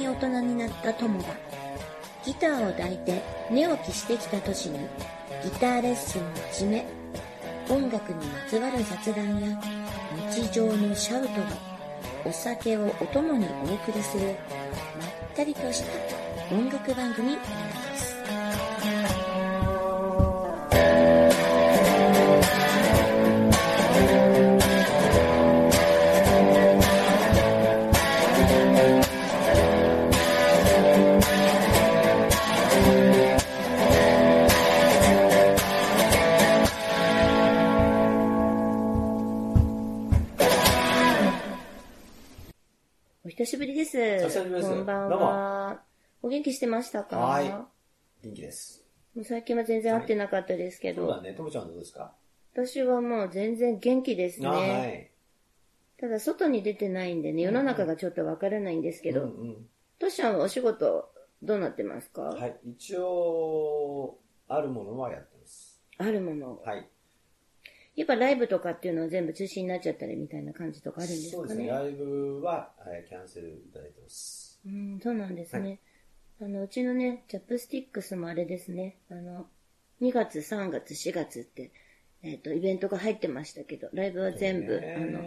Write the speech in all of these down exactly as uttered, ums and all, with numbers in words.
大人になった友がギターを抱いて寝起きしてきた年にギターレッスンを始め、音楽にまつわる雑談や日常のシャウトがお酒をお供にお送りするまったりとした音楽番組なのです。お久しぶりです。 お久しぶりです。 こんばんは。お元気してましたか？ はい。元気です。 もう最近は全然会ってなかったですけど。 はい、そうだね。ともちゃんどうですか？ 私はもう全然元気ですね。 はい。 ただ外に出てないんでね、世の中がちょっとわからないんですけど。うんうん。トシちゃんはお仕事どうなってますか？ はい。一応、あるものはやってます。 あるもの。 はい。 やっぱライブとかっていうのは全部中止になっちゃったりみたいな感じとかあるんですかね。 そうですね。ライブは、はい、キャンセルいただいてます。 うん、そうなんですね。はい、あの、うちのね、チャップスティックスもあれですね。あの、にがつ、さんがつ、しがつって、えっと、イベントが入ってましたけど、ライブは全部、あの、はい、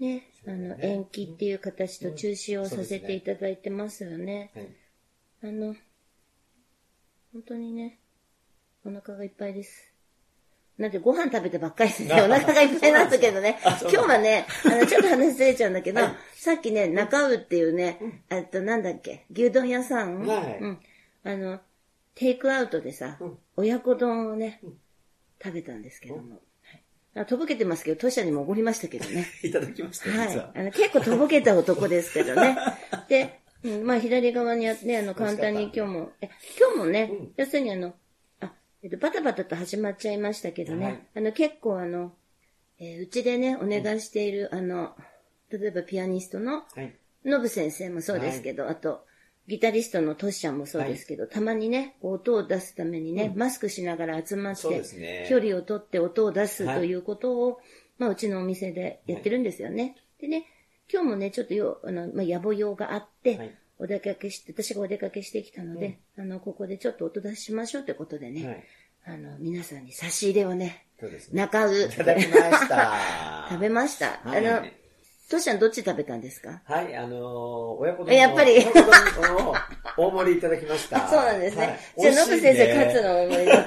ね、あの、延期っていう形と中止をさせていただいてますよね。うん、ね、はい、あの、本当にね、お腹がいっぱいです。なんでご飯食べてばっかりでね、お腹がいっぱいなんだけどね。今日はね、あの、ちょっと話ずれちゃうんだけど、はい、さっきね、中尾っていうね、えっと、なんだっけ、牛丼屋さん、はい、うん、あの、テイクアウトでさ、うん、親子丼をね、うん、食べたんですけども。うん、はい、とぼけてますけど、トシちゃんにもおごりましたけどね。 いただきました、 はい。あの結構とぼけた男ですけどね。で、うん、まあ、左側にあって、あの、簡単に今日も、え、今日もね、うん、要するにあの、えっと、バタバタと始まっちゃいましたけどね。はい、あの、結構あの、えー、うちでね、お願いしている、うん、あの、例えばピアニストの、ノブ先生もそうですけど、はい、あと、ギタリストのトシちゃんもそうですけど、はい、たまにね、音を出すためにね、うん、マスクしながら集まって、ね、距離を取って音を出すということを、はい、まあ、うちのお店でやってるんですよね。はい、でね、今日もね、ちょっとよ、あの、まあ、野暮用があって、はい、お出かけして、私がお出かけしてきたので、うん、あの、ここでちょっと音出ししましょうってことでね、はい、あの、皆さんに差し入れをね、そうですね、中う。 いただきました。 食べました。はい、あの、トシちゃんどっち食べたんですか？ はい、あのー、親子丼を、 やっぱり親子丼を大盛りいただきました。 そうなんですね。はい、じゃあ、ノブ先生、カツの大盛りだった。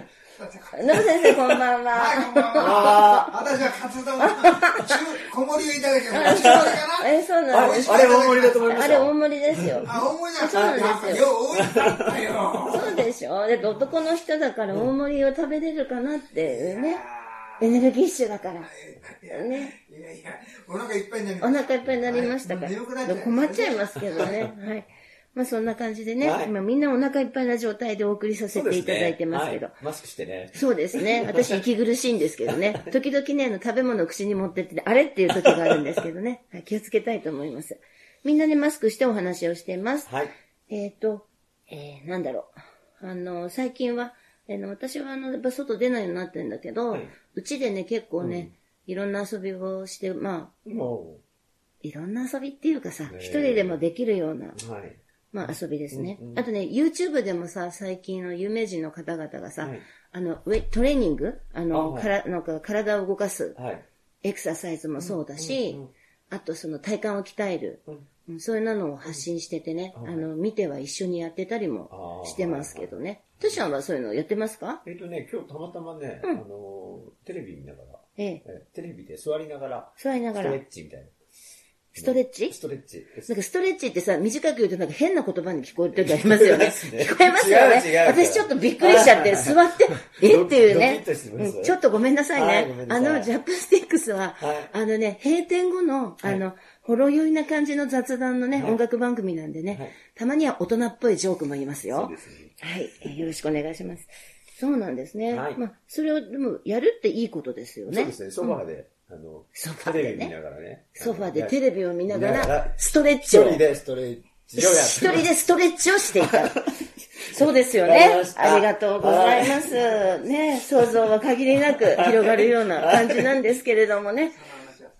ノブ先生、こんばんは。 はい、こんばんは。私はカツ丼、小盛りをいただきました。 え、そうなんです。 あれ大盛りだと思いました。 あれ大盛りですよ。 あ、大盛りだ。 そうなんですよ。 よう多いったよ。 そうでしょ。だって男の人だから大盛りを食べれるかなっていうね。エネルギッシュだから。ね。 いやいや、お腹いっぱいになりました。お腹いっぱいになりましたから。困っちゃいますけどね。はい。まあそんな感じでね、はい、今みんなお腹いっぱいな状態でお送りさせていただいてますけど。 ね、はい、マスクしてね。 そうですね。私息苦しいんですけどね。時々ね、あの食べ物を口に持ってって、あれっていう時があるんですけどね。はい、気をつけたいと思います。みんなでマスクしてお話をしています。 はい。 えっ、ー、と、えー、なんだろう。あの、最近は、あの私はあの、やっぱ外出ないようになってるんだけど、うち、はい、でね、結構ね、うん、いろんな遊びをして、まあ、いろんな遊びっていうかさ、一人でもできるような、はい、まあ遊びですね、うんうん。あとね、YouTube でもさ、最近の有名人の方々がさ、はい、あの、ウェトレーニングあの、あ、はい、からなんか体を動かす、はい、エクササイズもそうだし、うんうんうん、あとその体幹を鍛える、うん、そういうのを発信しててね、うん、あの、見ては一緒にやってたりもしてますけどね。トシちゃんはそういうのやってますか？ えっとね、今日たまたまね、うん、あの、テレビ見ながら、えええ、テレビで座りながら、 座りながら、 ストレッチみたいな。 ストレッチ？ ストレッチ。 なんかストレッチってさ、短く言うとなんか変な言葉に聞こえる時ありますよね。聞こえますよね。私ちょっとびっくりしちゃって、座って、えっていうね、うん。ちょっとごめんなさいね。はい、あの、ジャップスティックスは、はい、あのね、閉店後の、あの、はい、ほろ酔いな感じの雑談のね、はい、音楽番組なんでね、はい、たまには大人っぽいジョークも言いますよ。そうですね。はい。よろしくお願いします。そうなんですね。はい、まあ、それを、でも、やるっていいことですよね。 そうですね、ソファーで。うんあの、 ソファでね。 テレビ見ながらね。 ソファでテレビを見ながら、ストレッチを。 一人でストレッチをやって。 一人でストレッチをしていた。そうですよね。ありがとうございます。ね、想像は限りなく広がるような感じなんですけれどもね。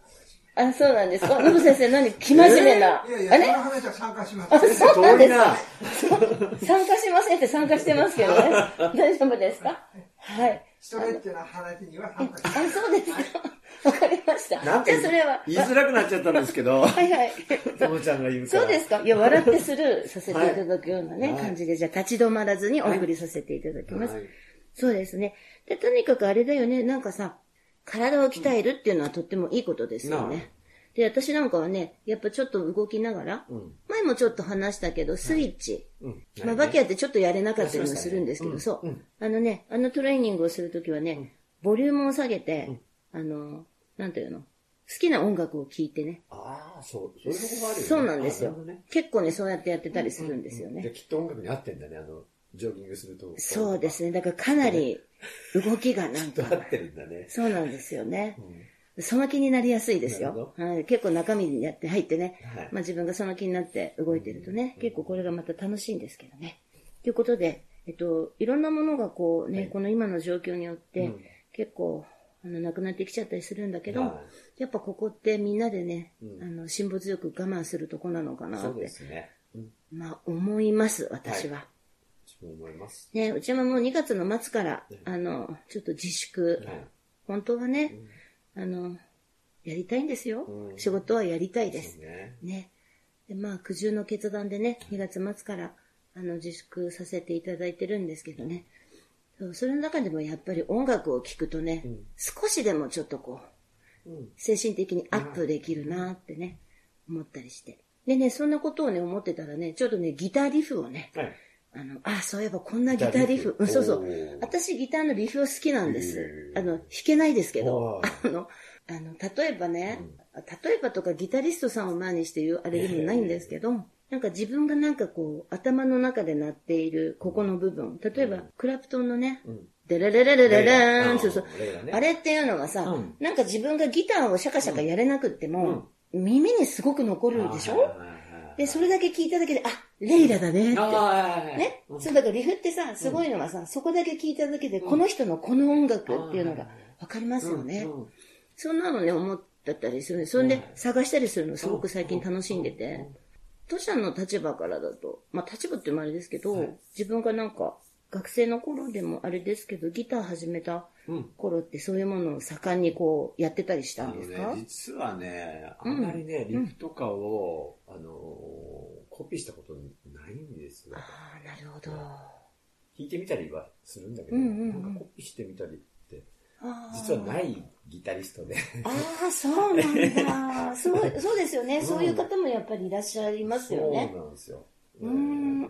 あ、そうなんですか。ノブ先生、何生真面目な。 いやいや、 あれその話は参加します。 あ、そうなんですか。 遠参加しませんって参加してますけどね。大丈夫ですか？はい。 ストレッチな話には参加します。 あ、そうですか。わかりました。じゃあそれは。 言いづらくなっちゃったんですけど。 はいはい。 ともちゃんが言うから。 そうですか。いや、笑ってスルーさせていただくようなね、はい、感じで、じゃあ立ち止まらずにお送りさせていただきます。はい、そうですね。で、とにかくあれだよね、なんかさ、体を鍛えるっていうのはとってもいいことですよね。で、私なんかはね、やっぱちょっと動きながら、うん、前もちょっと話したけど、スイッチ。はいうん、まあ、バキやってちょっとやれなかったりもするんですけど、ね、そう、うん。あのね、あのトレーニングをするときはね、うん、ボリュームを下げて、うん、あの、なんていうの、好きな音楽を聴いてね。 ああ、そう、そういうとこがあるよね。 そうなんですよ、ね。結構ね、そうやってやってたりするんですよね。うんうんうん、 できっと音楽に合ってんだね、あの、ジョギングすると。 そうですね。だからかなり動きがなんか。 合ってるんだね。 そうなんですよね。うん、その気になりやすいですよ。はい、結構中身にやって入ってね。はい、まあ自分がその気になって動いてるとね、うん、結構これがまた楽しいんですけどね。ということで、えっと、いろんなものがこうね、はい、この今の状況によって、うん、結構、あの、なくなってきちゃったりするんだけど、はい、やっぱここってみんなでね、うん、あの、辛抱強く我慢するとこなのかなって。そうですね。うん、まあ、思います、私は。はいそう思います。 ね、うちはもうにがつの末から、ね、あの、ちょっと自粛、はい、本当はね、うん、あの、やりたいんですよ。うん、仕事はやりたいです。ね。ね。で、まあ、苦渋の決断でね、にがつ末から、あの、自粛させていただいてるんですけどね。そう、それの中でもやっぱり音楽を聴くとね、うん、少しでもちょっとこう、うん、精神的にアップできるなってね、思ったりして。でね、そんなことをね、思ってたらね、ちょっとね、ギターリフをね、はい、あの、あ、そういえばこんなギターリフ。うん、そうそう。私ギターのリフを好きなんです。あの、弾けないですけど。あの、あの、例えばね、うん、例えばとかギタリストさんを前にして言うあれでもないんですけど、なんか自分がなんかこう、頭の中で鳴っているここの部分。例えば、クラプトンのね、うん、デレレレレレレーン、そうそう。あれっていうのはさ、うん、なんか自分がギターをシャカシャカやれなくっても、うん、耳にすごく残るでしょ？で、それだけ聞いただけで、あ、レイラだねって。ね。そう、だからリフってさ、すごいのはさ、うん、そこだけ聞いただけで、この人のこの音楽っていうのがわかりますよね。うんうん、そんなのね、思ったりするんで、それで探したりするのすごく最近楽しんでて、トシャンの立場からだと、まあ立場ってもあれですけど、はい、自分がなんか、学生の頃でもあれですけど、ギター始めた頃ってそういうものを盛んにこうやってたりしたんですか？ あのね、実はね、あんまりね、うん、リフとかを、あのー、コピーしたことないんですよ。 ああ、なるほど。弾いてみたりはするんだけど、うんうんうん、なんかコピーしてみたりって、実はないギタリストで。 ああ、そうなんだ。そう、そうですよね、うん。そういう方もやっぱりいらっしゃいますよね。 そうなんですよ。 うん、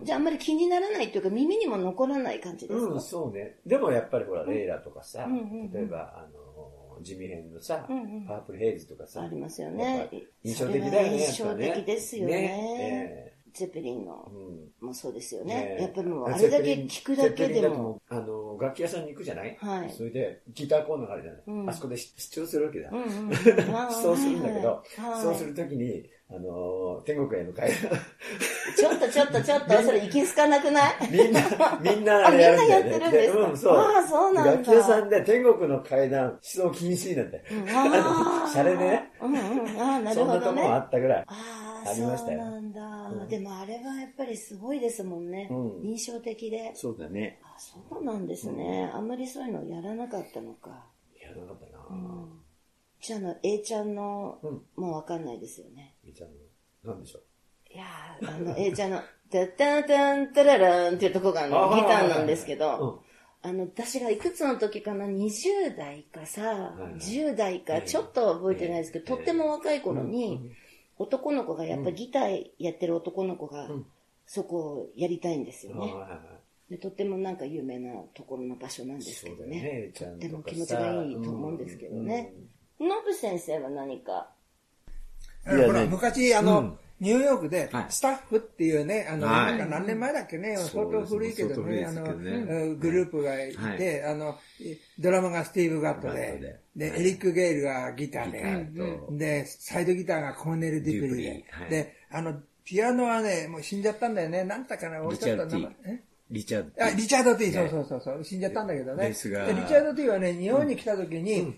じゃああんまり気にならないというか耳にも残らない感じですか？ うん、そうね。でもやっぱりほら、レイラとかさ、うんうんうんうん、例えば、あの、ジミヘンのさ、うんうん、パープルヘイズとかさ。 ありますよね。 印象的だよね。 印象的ですよね。ねえー、ゼペリンの、うん、もそうですよね。ねやっぱりもうあれだけ聞くだけでも。 もあの、楽器屋さんに行くじゃない？はい。それで、ギターコーナーがあるじゃない？うん、あそこで視聴するわけだ。うんうんうん、そうするんだけど、はいはい、そうするときに、あのー、天国へ向かい。 ちょっとちょっとちょっと、それいけすかなくない？ みんな、みんなあれやるんだよね。 みんなやってるんですか？ うん、そう。 ああ、そうなんだ。 楽器屋さんで天国の階段、思想禁止なんだよ。うん、ああ。シャレでね。 うんうん。ああ、なるほどね。 そんなとこもあったぐらい。 ああ、ありましたよ。そうなんだ、うん。でもあれはやっぱりすごいですもんね。うん、印象的で。 そうだね。 あ、そうなんですね、うん。あんまりそういうのやらなかったのか。 やらなかったな。 うん。じゃあの、A ちゃんの、うん、もうわかんないですよね。 A ちゃんの、なんでしょう。 いやー、あの、A ちゃんの、タッタンタンタラランっていうとこがあのギターなんですけど、あの、私がいくつの時かな、にじゅう代かさ、はいはい、じゅう代か、ちょっと覚えてないですけど、とっても若い頃に、男の子が、やっぱギターやってる男の子が、そこをやりたいんですよね。でとってもなんか有名なところの場所なんですけどね。ねとっても気持ちがいいと思うんですけどね。ノブ先生は何か？ ほら、昔、あの、うんニューヨークで、スタッフっていうね、あの、はい、何年前だっけね、相当古いけどね、あの、ね、グループがいて、はい、あの、ドラムがスティーブ・ガットで、で、はい、エリック・ゲイルがギターで、で、サイドギターがコーネル・デュプリで、はい、で、あの、ピアノはね、もう死んじゃったんだよね、なんだかな、置いちゃった名前。 リチャード・ティー。 あ、リチャード・ティー、そうそうそうそう、死んじゃったんだけどね。で、リチャード・ティーはね、日本に来た時に、うん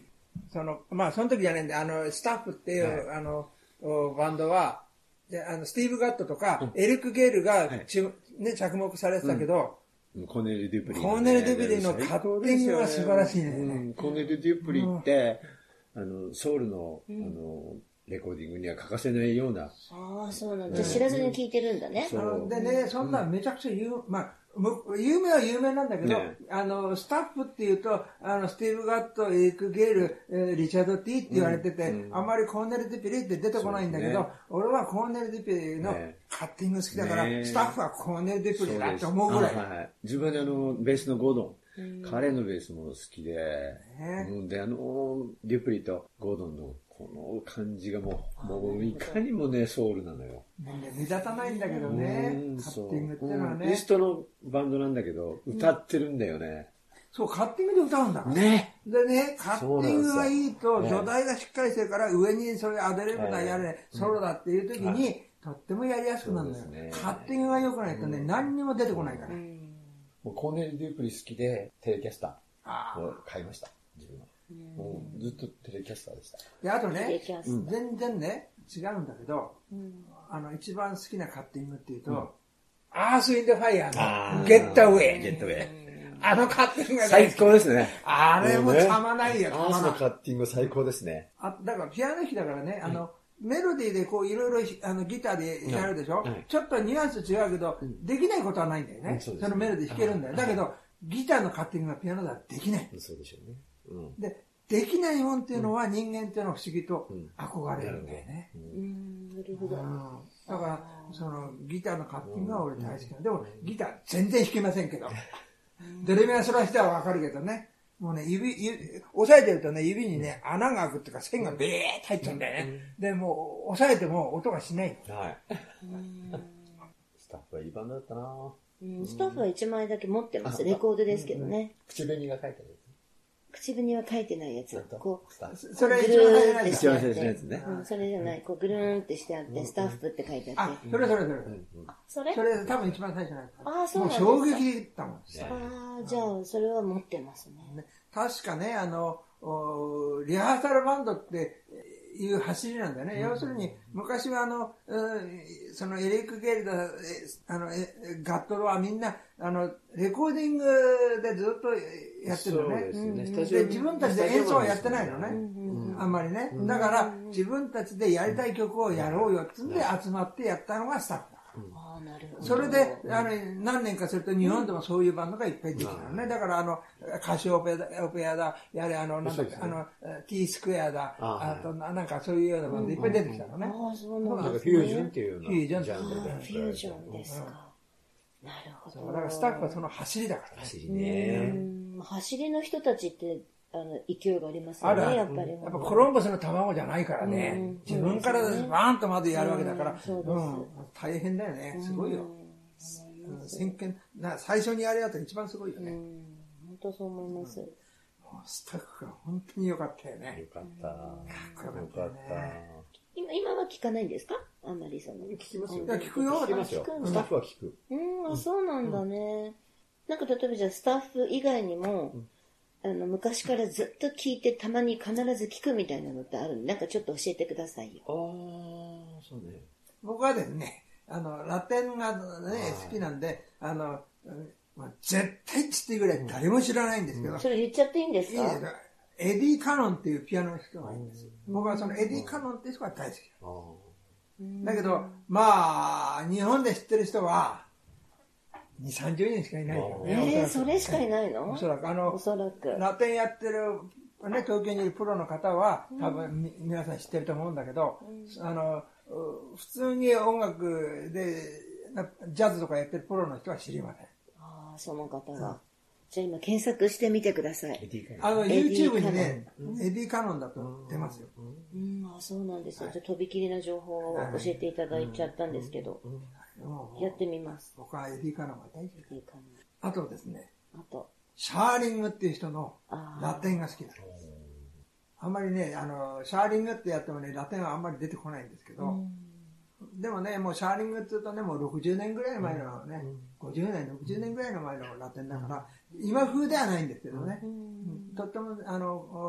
その、まあ、その時じゃないんで、あの、スタッフっていう、はい、あの、バンドは、で、あの、スティーブ・ガットとか、うん、エリック・ゲールが、はい、ね、着目されてたけど、 うん、コーネル・デュプリー、 ね。コーネル・デュプリーのカッティングは素晴らしいね。うん、 コーネル・デュプリーって、うん、あの、ソウルの、あの、レコーディングには欠かせないような。 ああ、そうなんだ。知らずに聞いてるんだね。 そうでね、そんなめちゃくちゃ言う、まあ、有名は有名なんだけど、ね、あの、スタッフっていうと、あの、スティーブ・ガット、エリック・ゲール、えー、リチャード・ティーって言われてて、うん、あんまりコーネル・デュプリーって出てこないんだけど、ね、俺はコーネル・デュプリーのカッティング好きだから、ね、スタッフはコーネル・デュプリーだって思うぐらい。 はい、自分であの、ベースのゴードン。うん、彼のベースも好きで、ね、うん、で、あの、デュプリーとゴードンのこの感じがもう、もういかにもね、ソウルなのよ。 目立たないんだけどね、カッティングっていうのはね。 イーストのバンドなんだけど、歌ってるんだよね。うん、 そう、カッティングで歌うんだから。 ね。 でね、カッティングがいいと、土台がしっかりしてるから、上にそれアドリブだ、やれ、ソロだっていう時に、とってもやりやすくなるんだよ。ね、カッティングが良くないとね、何にも出てこないから。 もうコーネル・デュープリー好きで、テレキャスターを買いました、自分は。もうずっとテレキャスターでした。 で、あとね、全然ね、違うんだけど、うん、あの、一番好きなカッティングっていうと、うん、アース・イン・デ・ファイヤーのゲット・ウェイ。 ゲット・ウェイ。 あのカッティングが最高ですね。 あれもたまないよ、 アースのカッティング最高ですね。 あ、だからピアノ弾きだからね、あの、メロディーでこういろいろあのギターでやるでしょ、うん、ちょっとニュアンス違うけど、うん、できないことはないんだよね。うん、そ, そのメロディー弾けるんだよ。だけど、ギターのカッティングがピアノではできない。 そうでしょうね。うん、 で、できないもんっていうのは人間っていうのは不思議と憧れるんだよね。 うん、なるほど。 だから、そのギターのカッティングは俺大好きな。でも、ギター全然弾けませんけど。ドレミアソラシダはわかるけどね。もうね、指、指、押さえてるとね、指にね、穴が開くっていうか、線がベーって入っちゃうんだよね。で、もう、押さえても音がしない。 はい。スタッフはいいバンドだったなぁ。スタッフはいちまいだけ持ってます。レコードですけどね。 口紅が書いてある。 口紅は書いてないやつ。こう、 それぐるーってしてあって。 うん、それじゃない。こう、ぐるーんってしてあって、スタッフって書いてあって。 あ、それそれそれ。 それそれ多分一番最初のやつ。 あ、そうなんですか。 もう衝撃だもん。ああ、じゃあ、それは持ってますね。 確かね、あの、リハーサルバンドっていう走りなんだよね。要するに、昔はあの、そのエリック・ゲールだ、あの、ガットロはみんな、あの、レコーディングでずっとやってるのね。で、自分たちで演奏はやってないのね。あんまりね。だから、自分たちでやりたい曲をやろうよってんで集まってやったのがスタッフだ。 ああ、なるほど。 それで、あの、何年かすると日本でもそういうバンドがいっぱいできたのね。だからあの、カシオペア、オペアだ、やれあの、なんか、あの、T スクエアだ、あと、なんかそういうようなバンドいっぱい出てきたのね。 ああ、そうなんですね。フュージョンっていうフュージョン。フュージョンですか。なるほど。 だからスタッフはその走りだからね。走りね。 走りの人たちって、あの、勢いがありますよね、やっぱり。 やっぱコロンボスの卵じゃないからね。自分からバーンとまでやるわけだから、大変だよね。すごいよ。先見、最初にやるやつが一番すごいよね。 本当そう思います。 スタッフが本当に良かったよね。 良かった。よかった。 今、今は聞かないんですかあんまりその。 聞きますよ。 いや、聞くよ。 聞きますよ。スタッフは聞く。 うん、あ、そうなんだね。なんか例えばじゃあスタッフ以外にも、あの、昔からずっと聞いてたまに必ず聞くみたいなのってあるんで、なんかちょっと教えてくださいよ。 ああ、そうね。 僕はですね、あの、ラテンがね、好きなんで、あの、まあ、絶対って言ってぐらい誰も知らないんですけど。 それ言っちゃっていいんですか？ いいですか？エディ・カノンっていうピアノの人がいるんです。僕はそのエディ・カノンっていう人が大好き。だけど、まあ、日本で知ってる人は、にじゅう、さんじゅうにんしかいないよね。 えー、それしかいないの？ おそらく。あの、 おそらく。 ラテンやってる、ね、東京にいるプロの方は、多分、み皆さん知ってると思うんだけど、うん、あの、普通に音楽で、ジャズとかやってるプロの人は知りません。 ああ、その方が。うん、じゃあ今検索してみてください。 あの、YouTube にね、エディ・カノンだと出ますよ。 うん、あ、そうなんですよ。じゃあ、とびきりな情報を教えていただいちゃったんですけど、やってみます。 僕はエディ・カノンが大好き。エディ・カノン。あとですね、 あと、 シャーリングっていう人のラテンが好きだ。あんまりね、あの、シャーリングってやってもね、ラテンはあんまり出てこないんですけど、でもね、もうシャーリングって言うとね、もうろくじゅうねんぐらい前のね、ごじゅうねん、ろくじゅうねんぐらいの前のラテンだから、今風ではないんですけどね、とっても、あの、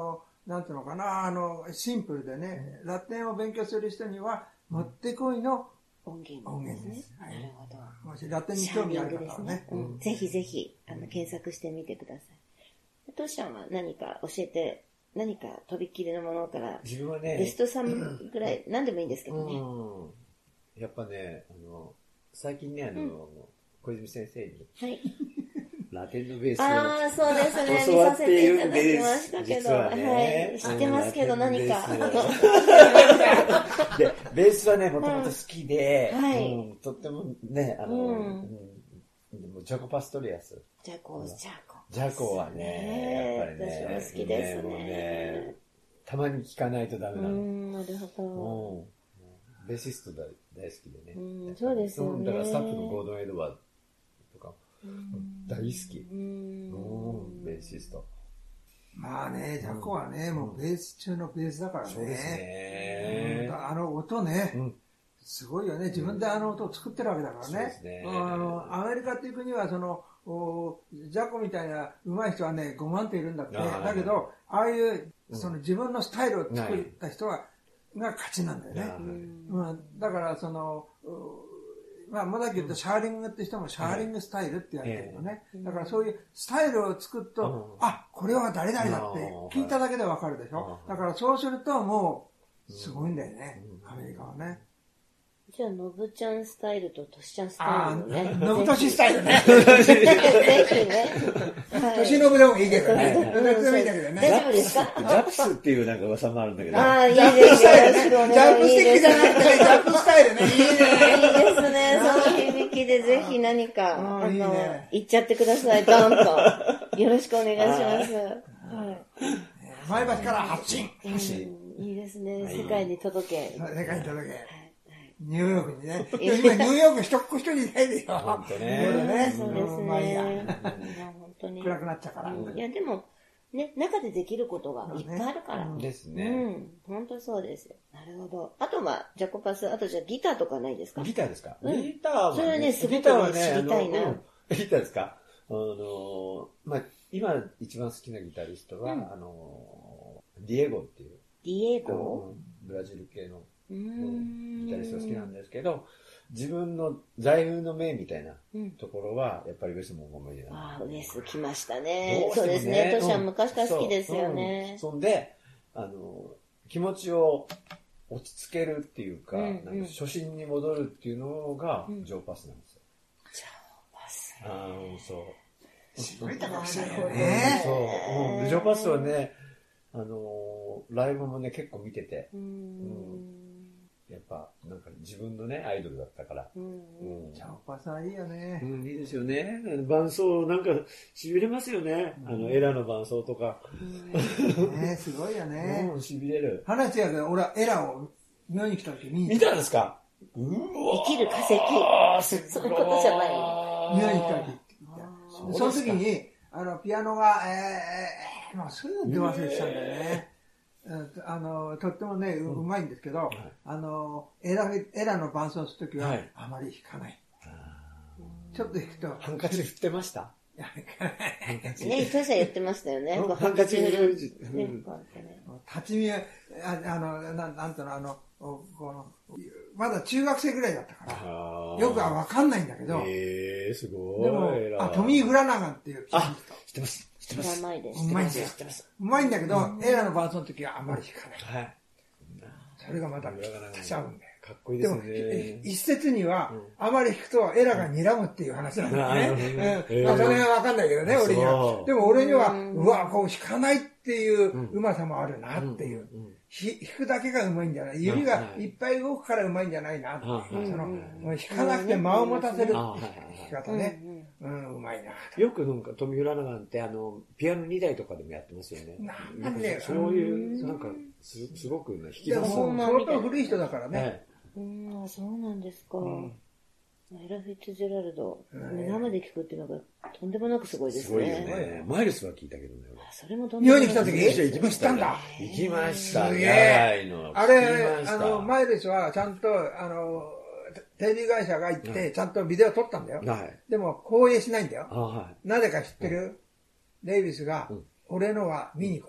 なんていうのかな、あの、シンプルでね、ラテンを勉強する人には、もってこいの音源音源です。 なるほど。 もしラテンに興味ある方はね。 ぜひぜひ、あの、検索してみてください。トシちゃんは何か教えて、何かとびっきりのものから、 自分はね、 ベストさんぐらい、何でもいいんですけどね。 やっぱね、あの、最近ね、あの、小泉先生に、はい。ラテンのベースをああ、そうですね。 教わっているんです。 見させていただきましたけど。はね、はい。知ってますけど、何か。 で、ベースはね、もともと好きで、はい、うん、とってもね、あの、うんうんでもジャコ・パストリアス。 ジャコ、ジャコ。 ジャコはね、やっぱりね。 私も好きですね。 ねもうねたまに聴かないとダメなの。 うん、なるほど。ベーシスト大好きでね。 うん、そうですよね。 だからスタッフのゴードン・エドワードとか、大好き。うん、ベーシスト。 まあね、ジャコはね、もうベース中のベースだからね。 そうですね。 あの音ね。すごいよね。自分であの音を作ってるわけだからね。そうですね。あの、アメリカっていう国は、その、ジャコみたいな上手い人はね、ごまんといるんだって。だけど、ああいう、その自分のスタイルを作った人は、が勝ちなんだよね。うん、だから、その、まあ、もだけ言うと、シャーリングって人もシャーリングスタイルって言われてるのね。だからそういうスタイルを作ると、あ、これは誰々だって聞いただけでわかるでしょ。だからそうするともう、すごいんだよね。アメリカはね。 じゃあ、のぶちゃんスタイルととしちゃんスタイルね。 のぶとしスタイルね。 ぜひね。 としのぶでもいいけどね。別にいいんだけどね。 大丈夫ですか？ ジャプスっていうなんか噂もあるんだけど。 ああ、いいですね。 ジャンプスティックじゃなくてね、ジャンプスタイルね。いいね。いいですね。その響きでぜひ何か、あの、言っちゃってください。ドンと。よろしくお願いします。はい。 前橋から発信。 発信。いいですね。世界に届け。 世界に届け。ニューヨークにね。今ニューヨーク一っ子一人いないでよ。 本当ね。 そうですね。 まあいいや。 本当に。 暗くなっちゃうから。 いや、でも、ね、中でできることがいっぱいあるから。 ですね。 うん。本当そうですよ。なるほど。あとは、ジャコパス、あとじゃあギターとかないですか？ ギターですか？ギターはそれはね、すごく知りたいな。 ギターですか？あの、まあ、今一番好きなギタリストは、あの、ディエゴっていう。 ディエゴ？ ブラジル系の。ギタリスト好きなんですけど、自分の座右の銘みたいなところは、やっぱりウエス・モンゴメリだな。 ああ、ウエス来ましたね。そうですね。トシは昔から好きですよね。 そんで、あの、気持ちを落ち着けるっていうか、なんか初心に戻るっていうのが、ジョーパスなんですよ。 ジョーパス。 ああ、そう。 すごい高くしたよね。そう。ジョーパスはね、あの、ライブもね、結構見てて。やっぱ、なんか自分のね、アイドルだったから。 ジョーパスはいいよね。 うん、いいですよね。伴奏、なんか、痺れますよね。あの、エラの伴奏とか。 ねすごいよね。 うん、痺れる。 話やけど、俺はエラを見に来た時に。 見たんですか？ うわ生きる化石。そういうことじゃない。 見に来た時。その時に、あの、ピアノが、えー、まあ、すぐ出忘れてたんだよね。あの、とってもね、うまいんですけど、あの、エラ、エラの伴奏するときは、あまり弾かない。ちょっと弾くと。 ハンカチ振ってました？ ね、トシは言ってましたよね。 ハンカチ振る。立ち見、あの、なんとの、あの、この、まだ中学生ぐらいだったから、よくはわかんないんだけど、 えー、すごい。 でも、あ、トミー・フラナガンっていうピアニスト。 知ってます。知ってます。 うまいです。 うまいんだよ。うまいんだけど、エラの伴奏の時はあんまり弾かない。はい。それがまた、足し合うんだよ。 かっこいいですね。 でも、一説には、あまり弾くとエラが睨むっていう話なんだよね。まあ、それはわかんないけどね、俺には。でも俺には、うわ、こう弾かないっていううまさもあるなっていう。弾くだけがうまいんじゃない。指がいっぱい動くからうまいんじゃないなっていう。その、弾かなくて間を持たせる弾き方ね。うん、うまいな。 よくなんか、トミフラナガンって、あの、ピアノにだいとかでもやってますよね。なんでそういう、なんか、す、すごくね、弾き出す。 相当古い人だからね。 うん、そうなんですか。エラ・フィッツジェラルド、生で聞くっていうのがとんでもなくすごいですね。 すごいよね。マイルスは聞いたけどね。 それもとんでもない。 日本に来た時行きましたんだ。行きました。長いの。 あれ、あの、マイルスはちゃんと、あの、テレビ会社が行って、ちゃんとビデオ撮ったんだよ。でも、放映しないんだよ。なぜか知ってる？デイビスが、俺のは見に来い。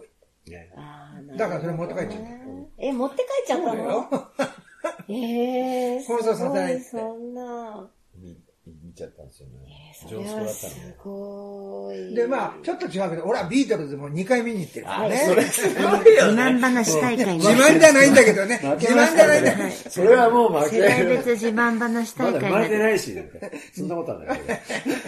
だからそれ持って帰っちゃった。 え、持って帰っちゃったの？ええ、 放送させないって。 そんな。 見ちゃったんですよね。 それはすごい。 で、まあ、ちょっと違うけど、俺はビートルズもにかい見に行ってるからね。 それすごいよ。自慢話大会自慢じゃないんだけどね。自慢じゃないんだけど。 それはもう負けない。 世代別自慢話大会。 まだ生まれてないし、そんなことはないけど。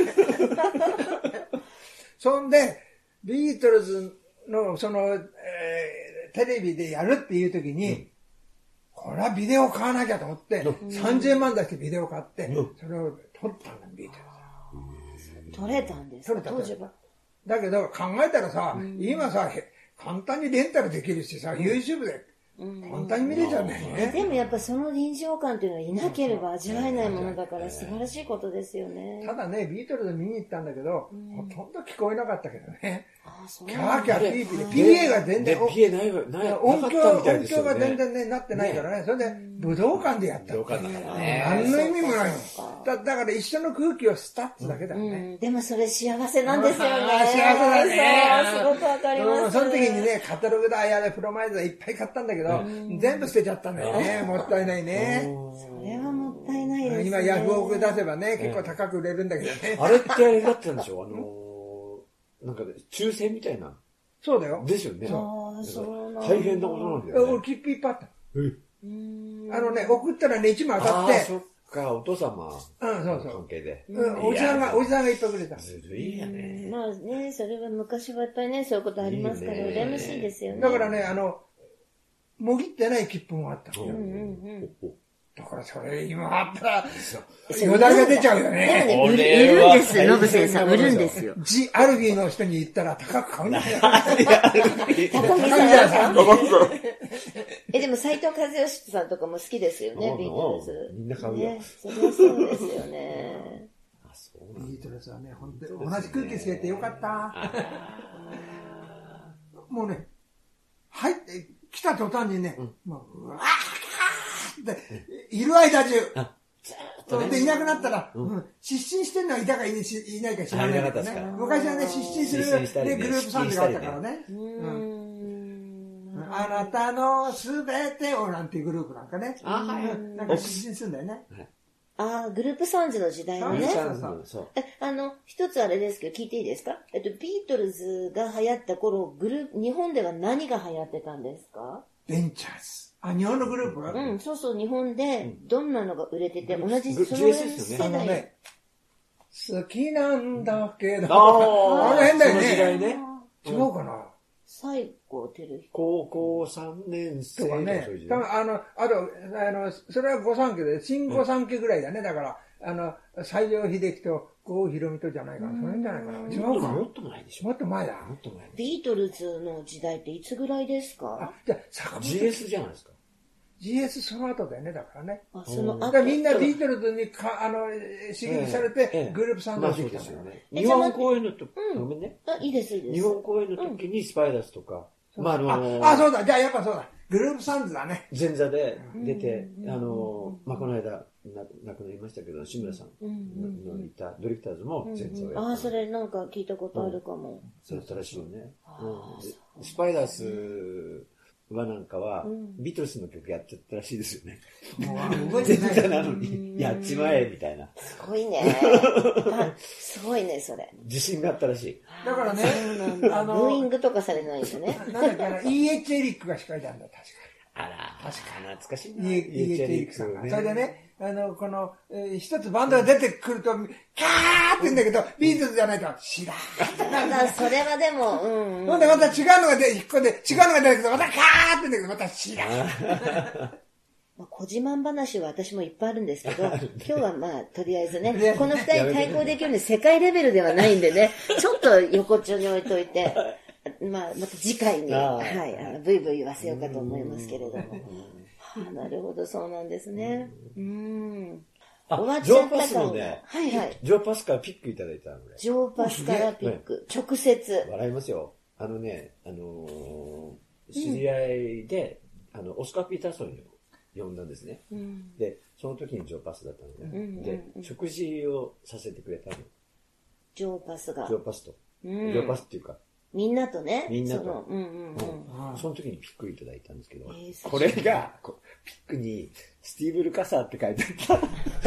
そんで、ビートルズの、その、えー、テレビでやるっていう時に、うん、これはビデオ買わなきゃと思って、うん、さんじゅうまん出してビデオ買って、うん、それを撮ったんだ、ビートルズ。撮れたんですか？ 撮れた。だけど考えたらさ、うん、今さ、簡単にレンタルできるしさ、YouTube で簡単に見れちゃうんだよね。 でもやっぱその臨場感っていうのはいなければ味わえないものだから素晴らしいことですよね。 ただね、ビートルズ見に行ったんだけど、うん、ほとんど聞こえなかったけどね。キャーキャーピーピーで、ピーエー が全然、 ピーエー ないわ、ない音響、音響が全然ね、なってないからね。それで、武道館でやった。 武道館だからね。 何の意味もないの。だだから一緒の空気を吸ったってだけだよね。 でもそれ幸せなんですよね。 幸せだね。 すごくわかります。 その時にね、カタログだ、やれ、プロマイズだ、いっぱい買ったんだけど、全部捨てちゃったんだよね。もったいないね。 それはもったいないですね。 今ヤフオク出せばね、結構高く売れるんだけどね。 あれってあれだったんでしょ？あの、なんか抽選みたいな。 そうだよ。 ですよね。 ああ、そうなんだ。 大変なことなんだよね。 俺、切符いっぱいあった。あのね、送ったらね、いちまい当たって。 あそっか、お父様。 うん、そうそう。 関係で。 うん、おじさんが、おじさんがいっぱいくれた。 ずるいやね。 まあね、それは昔はいっぱいね、そういうことありますから、羨ましいですよね。 だからね、あの、もぎってない切符もあったのよ。だからそれ今あったら、よだれが出ちゃうよね。 でもね、売るんです、ノブ先生、売るんですよ。 ジ・アルビーの人に言ったら高く買うんだよ。高見さん。え、でも斎藤和義さんとかも好きですよね、ビートルズ。 みんな買うよ。 そりゃそうですよね。 ビートルズはね、本当に同じ空気吸えてよかった。もうね、入って、来た途端にね、もう、うわーっている間中、でいなくなったら、失神してんのはいたかいないか知らないけどね。昔はね、失神するグループサウンドがあったからね。あなたのすべてをなんていうグループなんかね。なんか失神するんだよね。 ああ、グループサウンズの時代のね。え、あの、一つあれですけど、聞いていいですか？えっと、ビートルズが流行った頃、グループ、日本では何が流行ってたんですか？ ベンチャーズ。あ、日本のグループ？ うん、そうそう、日本でどんなのが売れてて、同じ、その世代。あのね、 好きなんだけど。 ああの辺だよね。 その時代ね。 違うかな？ 西郷輝彦。 高校さんねん生とかね。多分あの、あと、あの、それは御三家で、新御三家ぐらいだね。だから、あの、西城秀樹と郷ひろみとじゃないかな。その辺じゃないかな。違うか。 もっと前でしょ。 もっと前だ。 もっと前。 ビートルズの時代っていつぐらいですか？ あ、じゃあ、坂本。 ジーエス じゃないですか。 ジーエス その後だよね、だからね。 あ、その後。みんなビートルズにか、あの、刺激されて、グループサウンドができたんだよね。 日本公演の時、ごめんね。 あ、いいです、いいです。 日本公演の時にスパイダースとか、まああのあ、そうだ、じゃあやっぱそうだ。グループサウンズだね。 前座で出て、あの、まあこの間、亡くなりましたけど、志村さんのいたドリフターズも前座をやった。 ああ、それなんか聞いたことあるかも。 そうだったらしいよね。スパイダースはなんかは、ビートルズの曲やっちゃったらしいですよね。 もう覚えてない。 前座なのに、やっちまえ、みたいな。 すごいね。すごいね、それ。 自信があったらしい。 だからね、 あの、ブーイングとかされないんだね。 なんだっけな、イーエイチ エリックが司会なんだ、確かに。 あら、確か懐かしいな。 イーエイチ エリックさんが。それでね、あの、この、一つバンドが出てくると、キャーって言うんだけど、ビートルズじゃないと、知らん。 なんだ、それはでも、うん。 ほんでまた違うのが出て、一個で、違うのが出てくると、またキャーって言うんだけど、また知らん。 小自慢話は私もいっぱいあるんですけど、今日はまあ、とりあえずね、この二人対抗できるんで世界レベルではないんでね、ちょっと横っちょに置いといて、まあ、また次回に、はい、あの、ブイブイ言わせようかと思いますけれども。はあ、なるほど、そうなんですね。うん。 終わっちゃった感が。 はいはい。 ジョーパスからピックいただいたので。 ジョーパスからピック。直接。 笑いますよ。あのね、あのー、知り合いで、あの、オスカー・ピーターソンを呼んだんですね。うん、で、その時にジョーパスだったので、うん、で、食事をさせてくれたの。 ジョーパスが。 ジョーパスと。うん、ジョーパスっていうか、 みんなとね。 みんなと。 その、うんうんうん。 その時にピックいただいたんですけど、これが、ピックに、スティーブ・ルカサーって書いてあった。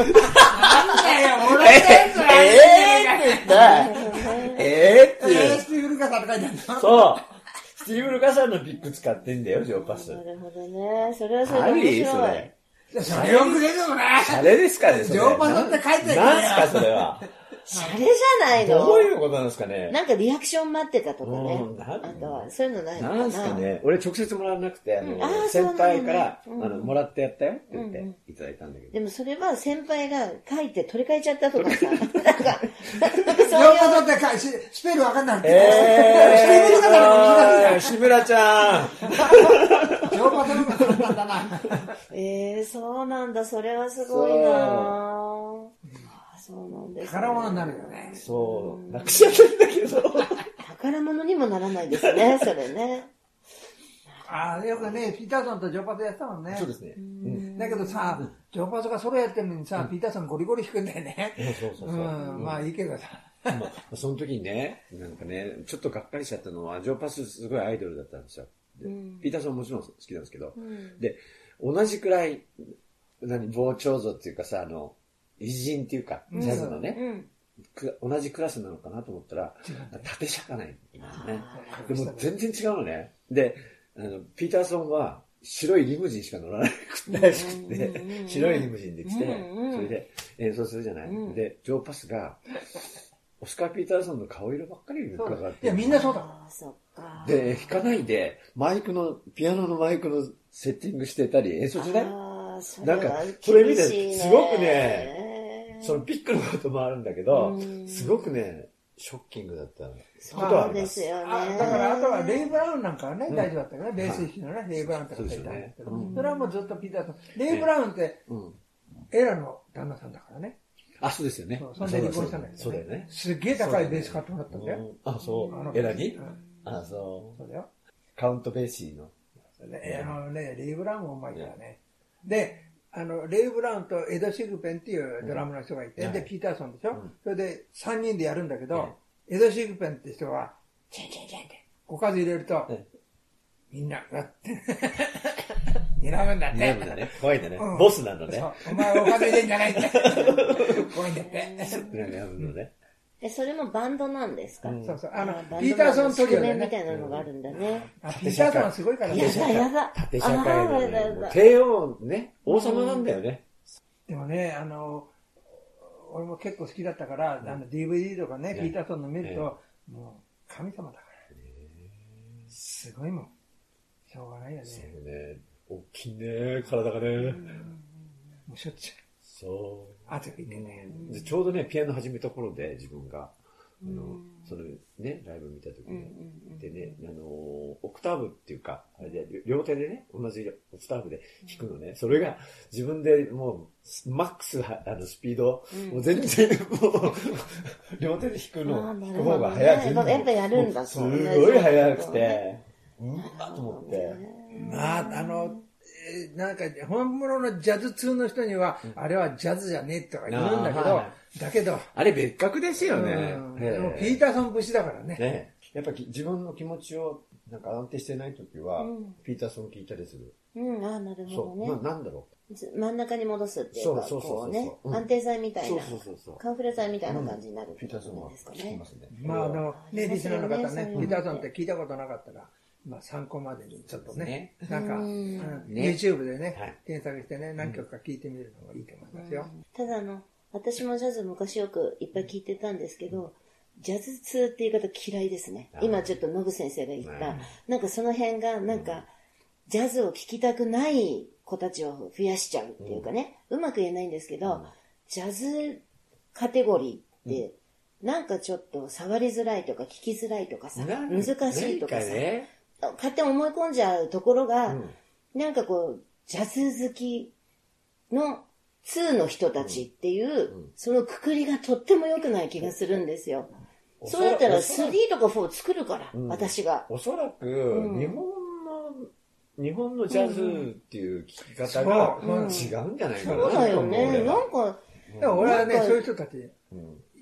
なんだよ、俺のやつはえーって言った。えーって言う。 スティーブ・ルカサーって書いてあるの？ そう。スティーブ・ルカサーのピック使ってんだよ、ジョーパス。 なるほどね。それはそれで面白い。 それ。 それよく出てもね。 シャレですかね、 ジョーパスって書いてある。 なんすか、それは。 シャレじゃないの？ どういうことなんですかね。 なんかリアクション待ってたとかね。あとは、そういうのないのかな。 なんすかね。俺直接もらわなくて、あの、先輩から、あの、もらってやったよって言っていただいたんだけど。 でもそれは先輩が書いて取り替えちゃったとかさ。なんか、 ジョーパスってスペルわかんない。 えー、志村ちゃん。 ジョーパスの方が簡単だな。 えー、そうなんだ。それはすごいなそうなんです、ね。 宝物になるよね。 そう。なくしちゃったんだけど。 宝物にもならないですね、それね。 ああ、よくね、ピーターソンとジョーパスやってたもんね。 そうですね。 だけどさ、ジョーパスがソロやってるのにさ、ピーターソンゴリゴリ弾くんだよね。 そうそうそう。 まあいいけどさ。 その時にね、なんかね、ちょっとがっかりしちゃったのは、ジョーパスすごいアイドルだったんですよ。ピーターソンもちろん好きなんですけど。で、同じくらい、何、膨張像っていうかさ、あの、偉人っていうか、ジャズのね、同じクラスなのかなと思ったら、縦社会ないんですね。でも全然違うのね。で、あの、ピーターソンは白いリムジンしか乗らなくて、白いリムジンで来て、それで演奏するじゃない。で、ジョーパスが、オスカー・ピーターソンの顔色ばっかり伺って。 いや、みんなそうだ。 で、弾かないで、マイクの、ピアノのマイクのセッティングしてたり、演奏しないなんか、それ見て、すごくね、そのピックのこともあるんだけど、すごくね、ショッキングだったことはあります。 そうですよね。 だからあとはレイ・ブラウンなんかはね、大丈夫だったけどね、ベース弾きのね、レイ・ブラウンとかいたんですけど、それはもうずっとピーターソン。レイ・ブラウンって、エラの旦那さんだからね。 あ、そうですよね。 そんで離婚したんだけど。 そうだよね。 すっげえ高いベース買ってもらったんだよ。 あ、そう。エラにあ、そう。 そうだよ。 カウントベーシーの。 あのね、レイ・ブラウンもうまいからね。で、あの、レイ・ブラウンとエド・シグペンっていうドラムの人がいて、で、ピーターソンでしょ、それでさんにんでやるんだけど、エド・シグペンって人は、チェンチェンチェンって、ご数入れると、みんな、がって、睨むんだって。 睨むんだね。怖いんだね。ボスなのね。 お前お金入れんじゃないんだって。怖いんだって。 睨むのね。 え、それもバンドなんですか？ そうそう。あの、ピーターソントリオでね。 みたいなのがあるんだね。 ピーターソンはすごいからね。 やだやだ。 縦社会のね。帝王ね、王様なんだよね。 でもね、あの、俺も結構好きだったから、あの ディーブイディー とかね、ピーターソンの見ると、もう神様だから。すごいもん。しょうがないよね。 そうね。大きいね、体がね。 もうしょっちゅう。 そう。 汗かいてね。 ちょうどね、ピアノ始めた頃で、自分が、あの、そのね、ライブ見た時に、でね、あの、オクターブっていうか、あれで、両手でね、同じオクターブで弾くのね、それが自分でもう、マックス、あの、スピード、もう全然、もう、両手で弾くの、弾く方が早い。 やっぱやるんだ、 すごい早くて、うわっと思って。 まあ、あの、なんか、本物のジャズ通の人には、あれはジャズじゃねえとか言うんだけど、だけど。 あれ別格ですよね。 でもピーターソン節だからね。 ね。やっぱ自分の気持ちをなんか安定してないときは、ピーターソン聞いたりする。 うん、ああ、なるほどね。 そう、なんだろう。真ん中に戻すっていうか、こうね、安定剤みたいな、カンフレ剤みたいな感じになる。 ピーターソンは聞きますね。 まあ、あの、ね、リスナーの方ね、ピーターソンって聞いたことなかったら、まあ参考までにちょっとね、なんか、YouTube でね、検索してね、何曲か聴いてみるのがいいと思いますよ。 ただあの、私もジャズ昔よくいっぱい聴いてたんですけど、ジャズ通って言い方嫌いですね。今ちょっとノブ先生が言った、なんかその辺がなんか、ジャズを聴きたくない子たちを増やしちゃうっていうかね、うまく言えないんですけど、ジャズカテゴリーって、なんかちょっと触りづらいとか聞きづらいとかさ、難しいとかさ、勝手に思い込んじゃうところが、うん、なんかこう、ジャズ好きのにの人たちっていう、うん、そのくくりがとっても良くない気がするんですよ。うん、そうやったらスリーとかフォー作るから、うん、私が。 おそらく、日本の、日本のジャズっていう聞き方が違うんじゃないかな。 そうだよね。なんか、 でも俺はね、そういう人たち、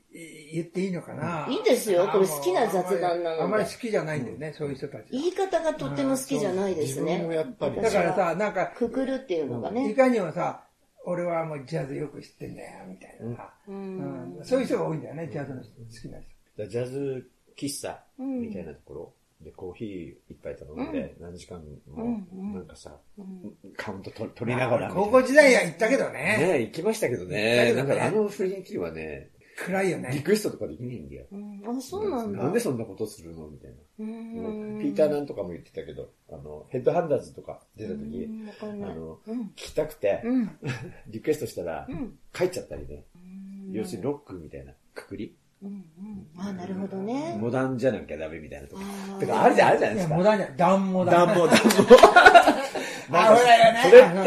言っていいのかな。 いいですよ。これ好きな雑談なので。 あんまり好きじゃないんだよね、そういう人たち。 言い方がとっても好きじゃないですね。 自分もやっぱり。 だからさ、なんか、 くくるっていうのがね。 いかにもさ、俺はもうジャズよく知ってんだよ、みたいなさ。うんそういう人が多いんだよね、ジャズの好きな人。 ジャズ喫茶みたいなところでコーヒー一杯頼んで何時間もなんかさ、カウント取りながら。 高校時代は行ったけどね。 ね行きましたけどね。なんかあの雰囲気はね、 暗いよね。 リクエストとかできないんだよ。 あ、そうなんだ。 なんでそんなことするのみたいな。ピーターなんとかも言ってたけど、あの、ヘッドハンダーズとか出た時、あの、聞きたくて、リクエストしたら、帰っちゃったりね。要するにロックみたいなくくり。 あ、なるほどね。 モダンじゃなきゃダメみたいなとか。てか、あるじゃん、あるじゃないですか。 モダンじゃん。ダンモダン。 ダンモダンモ。 あ、ほらよね。 それって、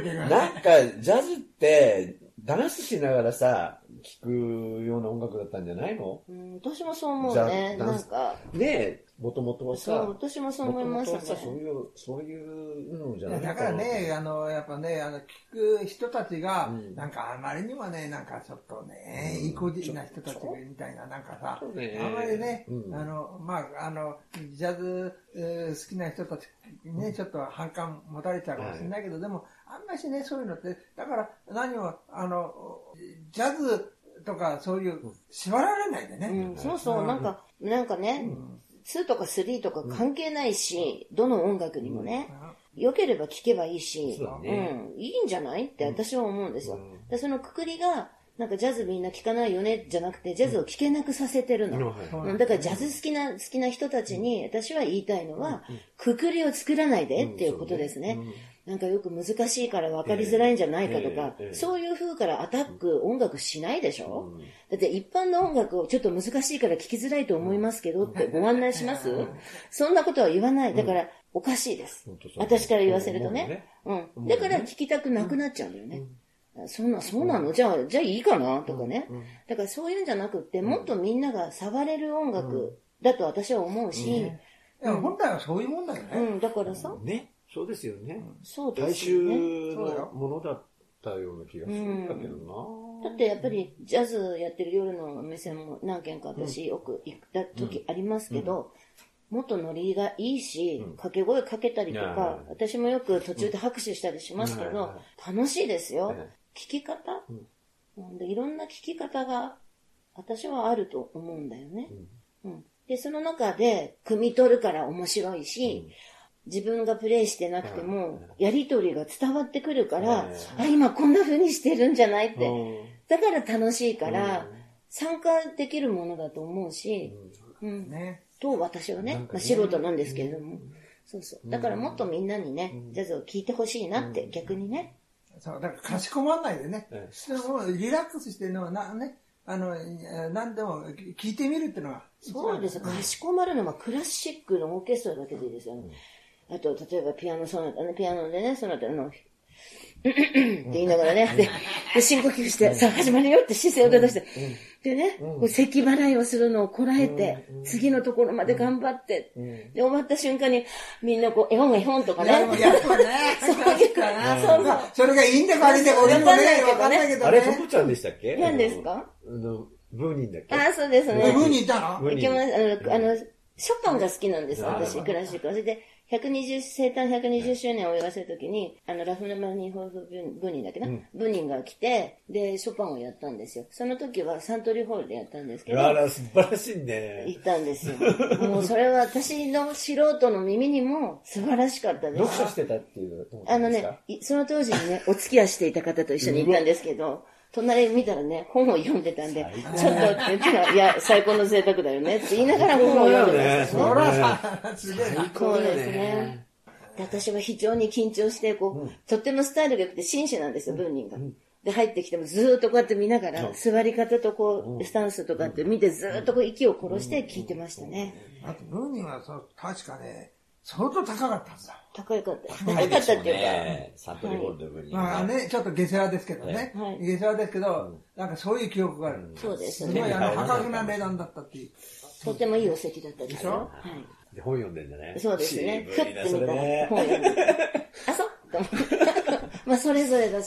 なんか、ジャズって、ダンスしながらさ、聴くような音楽だったんじゃないの？ うん、私もそう思うね。なんか。 ねえ、もともとはさ、 そう、私もそう思いますね。 そういう、そういうのじゃないだからね、あの、やっぱね、あの、聞く人たちが、なんかあまりにもね、なんかちょっとね、意固地な人たちみたいな、なんかさ、あまりね、あの、まあ、あの、ジャズ好きな人たちにね、ちょっと反感持たれちゃうかもしれないけど、でも、あんましね、そういうのって、だから何も、あの、ジャズとかそういう、縛られないでね。 うん、そうそう、なんか、なんかね、ツーとかスリーとか関係ないし、どの音楽にもね、良ければ聴けばいいし、うん、いいんじゃないって私は思うんですよ。でそのくくりが、なんかジャズみんな聴かないよね、じゃなくて、ジャズを聴けなくさせてるの。うん、だからジャズ好きな、好きな人たちに、私は言いたいのは、くくりを作らないでっていうことですね。なんかよく難しいから分かりづらいんじゃないかとか、そういう風からアタック音楽しないでしょ、うん、だって一般の音楽をちょっと難しいから聴きづらいと思いますけどってご案内しますそんなことは言わない。だからおかしいです。私から言わせるとね。うん。だから聴きたくなくなっちゃうんだよね。そんな、そうなのじゃあ、じゃあいいかなとかね。だからそういうんじゃなくって、もっとみんなが触れる音楽だと私は思うし。いや、本来はそういうもんだよね。 うん、だからさ。 ね。そうですよね。 そうですよね。 大衆のものだったような気がするんだけどな、 うん。だってやっぱりジャズやってる夜の目線も何件か私よく行った時ありますけど、うん、もっとノリがいいし、うん、掛け声かけたりとか、私もよく途中で拍手したりしますけど、うん、楽しいですよ。聞き方、うん、でいろんな聞き方が私はあると思うんだよね。うんうん、で、その中で汲み取るから面白いし、うん自分がプレイしてなくても、やりとりが伝わってくるから、あ、今こんな風にしてるんじゃないって。だから楽しいから、参加できるものだと思うし、うん。と私はね、まあ、素人なんですけれども。そうそう。だからもっとみんなにね、ジャズを聴いてほしいなって、逆にね。 そう、だからかしこまんないでね。リラックスしてるのはな、ね、あの、何でも聴いてみるっていうのは。 そうです。かしこまるのはクラシックのオーケストラだけでいいですよね。あと、例えばピアノソナタね、ピアノでね、ソナタの、って言いながらね、で、で深呼吸して、さあ始まるよって姿勢を正して、でね、こう咳払いをするのをこらえて、次のところまで頑張って、で、終わった瞬間に、みんなこう、絵本絵本とかね。 やるもんね。そういうかな。そうそう。それがいいんだか悪いんだか俺もね、わかんないけどね。 あれ、トコちゃんでしたっけ？ 何ですか？ あの、ブーニンだっけ？ あ、そうですね。 ブーニンいたの？ 行きます。あの、ショパンが好きなんです、私、クラシック。それで、ひゃくにじゅう、生誕ひゃくにじゅっしゅうねんを泳がせるときに、あの、ラフマニホフ・ブーニンだっけな、うん、ブーニンが来て、で、ショパンをやったんですよ。その時はサントリーホールでやったんですけど。 あら、素晴らしいね。 行ったんですよ。もうそれは私の素人の耳にも素晴らしかったです。 読書してたっていうのはどうですか？ あのね、その当時にね、お付き合いしていた方と一緒に行ったんですけど、隣見たらね、本を読んでたんで、ちょっとって言ったら、いや、最高の贅沢だよねって言いながら本を読んでたんですよね。 そらさ、すげえな。 そうですね。で私は非常に緊張して、こう、うん、とってもスタイルが良くて紳士なんですよ、ブーニンが。うん、で、入ってきてもずーっとこうやって見ながら、座り方とこう、スタンスとかって見てずーっとこう息を殺して聞いてましたね。 あと、ブーニンはそう確かね、相当高かったんだ。 高かった。高かったっていうか。 ね、サントリーホールでブーニン。 まあね、ちょっと下世話ですけどね。はい、下世話ですけど、なんかそういう記憶がある。 うん、そうですね。すごいあの、破格な値段だったっていう。 とてもいいお席だったでしょ？はい。 で本読んでんじゃない？ そうですね。ふってみたら本読んで。あ、そうと思って。まあ、それぞれだしって。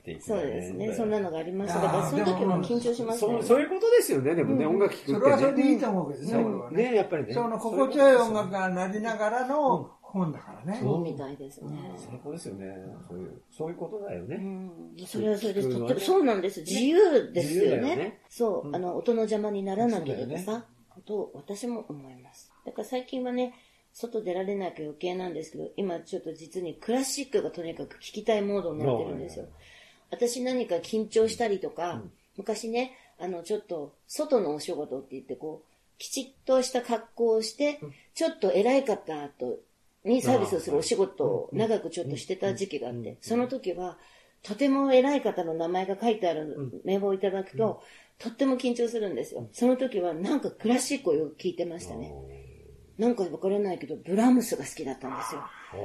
っていく、ね。 そうですね。そんなのがありました。だからその時も緊張しましたね。 そういうことですよね。でもね、音楽聴くって、ね。 それはそれでいいと思うけどね、俺はね。ね、やっぱりね。 その心地よい音楽が鳴りながらの本だからね。 そうみたいですね。 最高ですよね。そういう、そういうことだよね。 それはそれです。とっても、そうなんです。自由ですよね。そう、あの、音の邪魔にならなければさ、と私も思います。だから最近はね、外出られなきゃ余計なんですけど、今ちょっと実にクラシックがとにかく聴きたいモードになってるんですよ。私何か緊張したりとか、うん、昔ね、あのちょっと外のお仕事って言ってこう、きちっとした格好をして、うん、ちょっと偉い方とにサービスをするお仕事を長くちょっとしてた時期があって、その時はとても偉い方の名前が書いてある名簿をいただくと、うん、とっても緊張するんですよ。その時はなんかクラシックをよく聴いてましたね。なんかわからないけど、ブラームスが好きだったんですよ。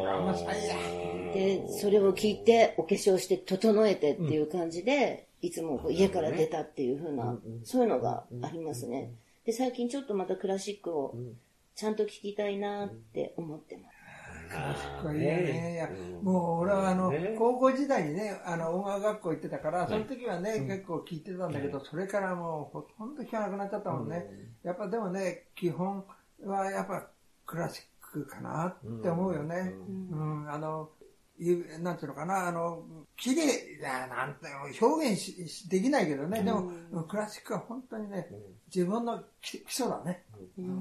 で、それを聞いて、お化粧して、整えてっていう感じで、うん、いつもこう家から出たっていう風な、うん、そういうのがありますね。で、最近ちょっとまたクラシックをちゃんと聞きたいなって思ってます。 クラシックはいいよね。いや、もう俺はあの、高校時代にね、あの、音楽学校行ってたから、その時はね、結構聞いてたんだけど、それからもうほとんど聞かなくなっちゃったもんね。やっぱでもね、基本、はやっぱクラシックかなって思うよね。うん、うん、あの、なんていうのかな、あの、綺麗な、なんて表現しできないけどね、でも、うん、クラシックは本当にね、自分の基礎だね。うんうん、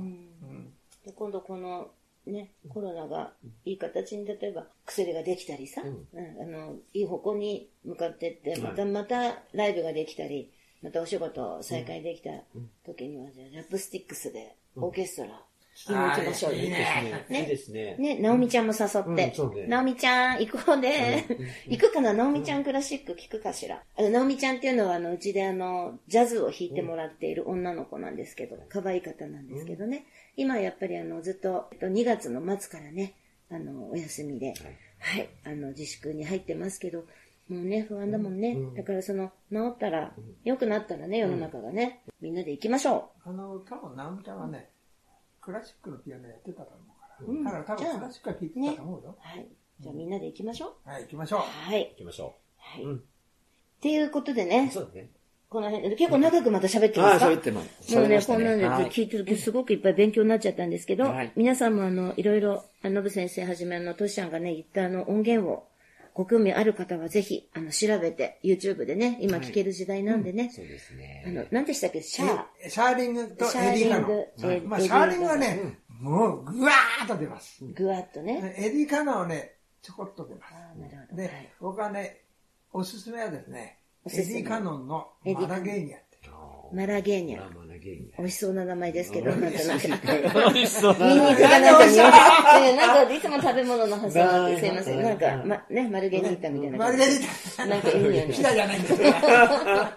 で今度この、ね、コロナがいい形に例えば薬ができたりさ、うん、あのいい方向に向かっていってまたまたライブができたりまたお仕事再開できた時には、じゃあラップスティックスでオーケストラ聞きに行きましょうよ。 いいね。いいですね。 ね、ナオミちゃんも誘って。うんね、ナオミちゃん行こうね。行くかな？ナオミちゃんクラシック聞くかしら。あの、ナオミちゃんっていうのは、あの、うちであの、ジャズを弾いてもらっている女の子なんですけど、可愛い方なんですけどね。今やっぱりあの、ずっと、にがつの末からね、あの、お休みで、はい、あの、自粛に入ってますけど、もうね、不安だもんね。だからその、治ったら、良くなったらね、世の中がね、みんなで行きましょう。あの、多分ナオミちゃんはね、クラシックのピアノやってたと思うから。うん、だから多分クラシックは聴いてたと思うよ。 ね、はい。じゃあみんなで行きましょう。 はい、行きましょう。 はい。 行きましょう。はい。うん、っていうことでね。 そうだね。 この辺で、結構長くまた喋ってますか？ ああ、喋ってます。 もうね、こんなんで聞いてるとすごくいっぱい勉強になっちゃったんですけど、はい、皆さんもあの、いろいろ、ノブ先生はじめあの、トシちゃんがね、言ったあの、音源を、ご興味ある方はぜひ、あの、調べて、YouTube でね、今聞ける時代なんでね。はいうん、 そうですね。 あの、何でしたっけ？シャー。シャーリングとエディカノン。はい、まあ、シャーリングはね、うん、もう、ぐわーっと出ます。 ぐわっとね。 エディカノンはね、ちょこっと出ます。あなるほど。で、はい、僕はね、おすすめはですね、エディカノンのマラゲーニャ。 マラゲーニャ。美味しそうな名前ですけど、なんかなんか。 美味しそうな名前。ニンニクがなんか匂い。なんかいつも食べ物の発想なんですいません。なんか、ま、ね、マルゲリータみたいな。 マルゲリータ。 なんかいい匂い。 ヒダじゃないんですよ。 はい。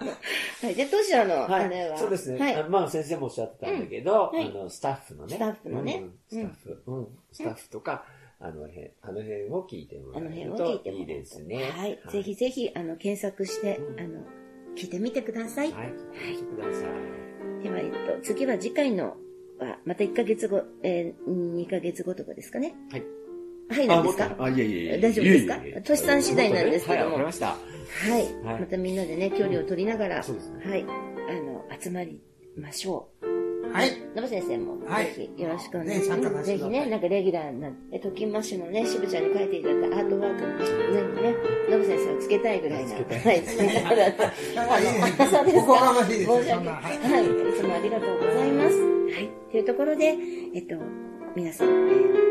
で、どちらの、あれは。 そうですね。はい。まあ先生もおっしゃってたんだけど、あの、スタッフのね。 スタッフのね。 スタッフ。うん。スタッフとか、あの辺、あの辺を聞いてもらえるといいですね。 はい。ぜひぜひ、あの、検索して、あの、聞いてみてください。 はい。聞いてください。 では、えっと、次は次回のは、またいっかげつご、えー、にかげつごとかですかね。 はい。 はい、なんですか？ あ、いえいえ。 大丈夫ですか？トシさん次第なんですけども。 はい、わかりました。 はい。またみんなでね、距離を取りながら、はい、あの、集まりましょう。 はい。 ノブ先生も、ぜひよろしくお願いします。ぜひね、なんかレギュラーな、え、トキンマッシュのね、しぶちゃんに書いていただいたアートワークのね、ね、ノブ先生をつけたいぐらいな。つけたい。つけたい。だった。そうですか。申し訳ない。はい。いつもありがとうございます。はい。というところで、えっと、皆さん、えー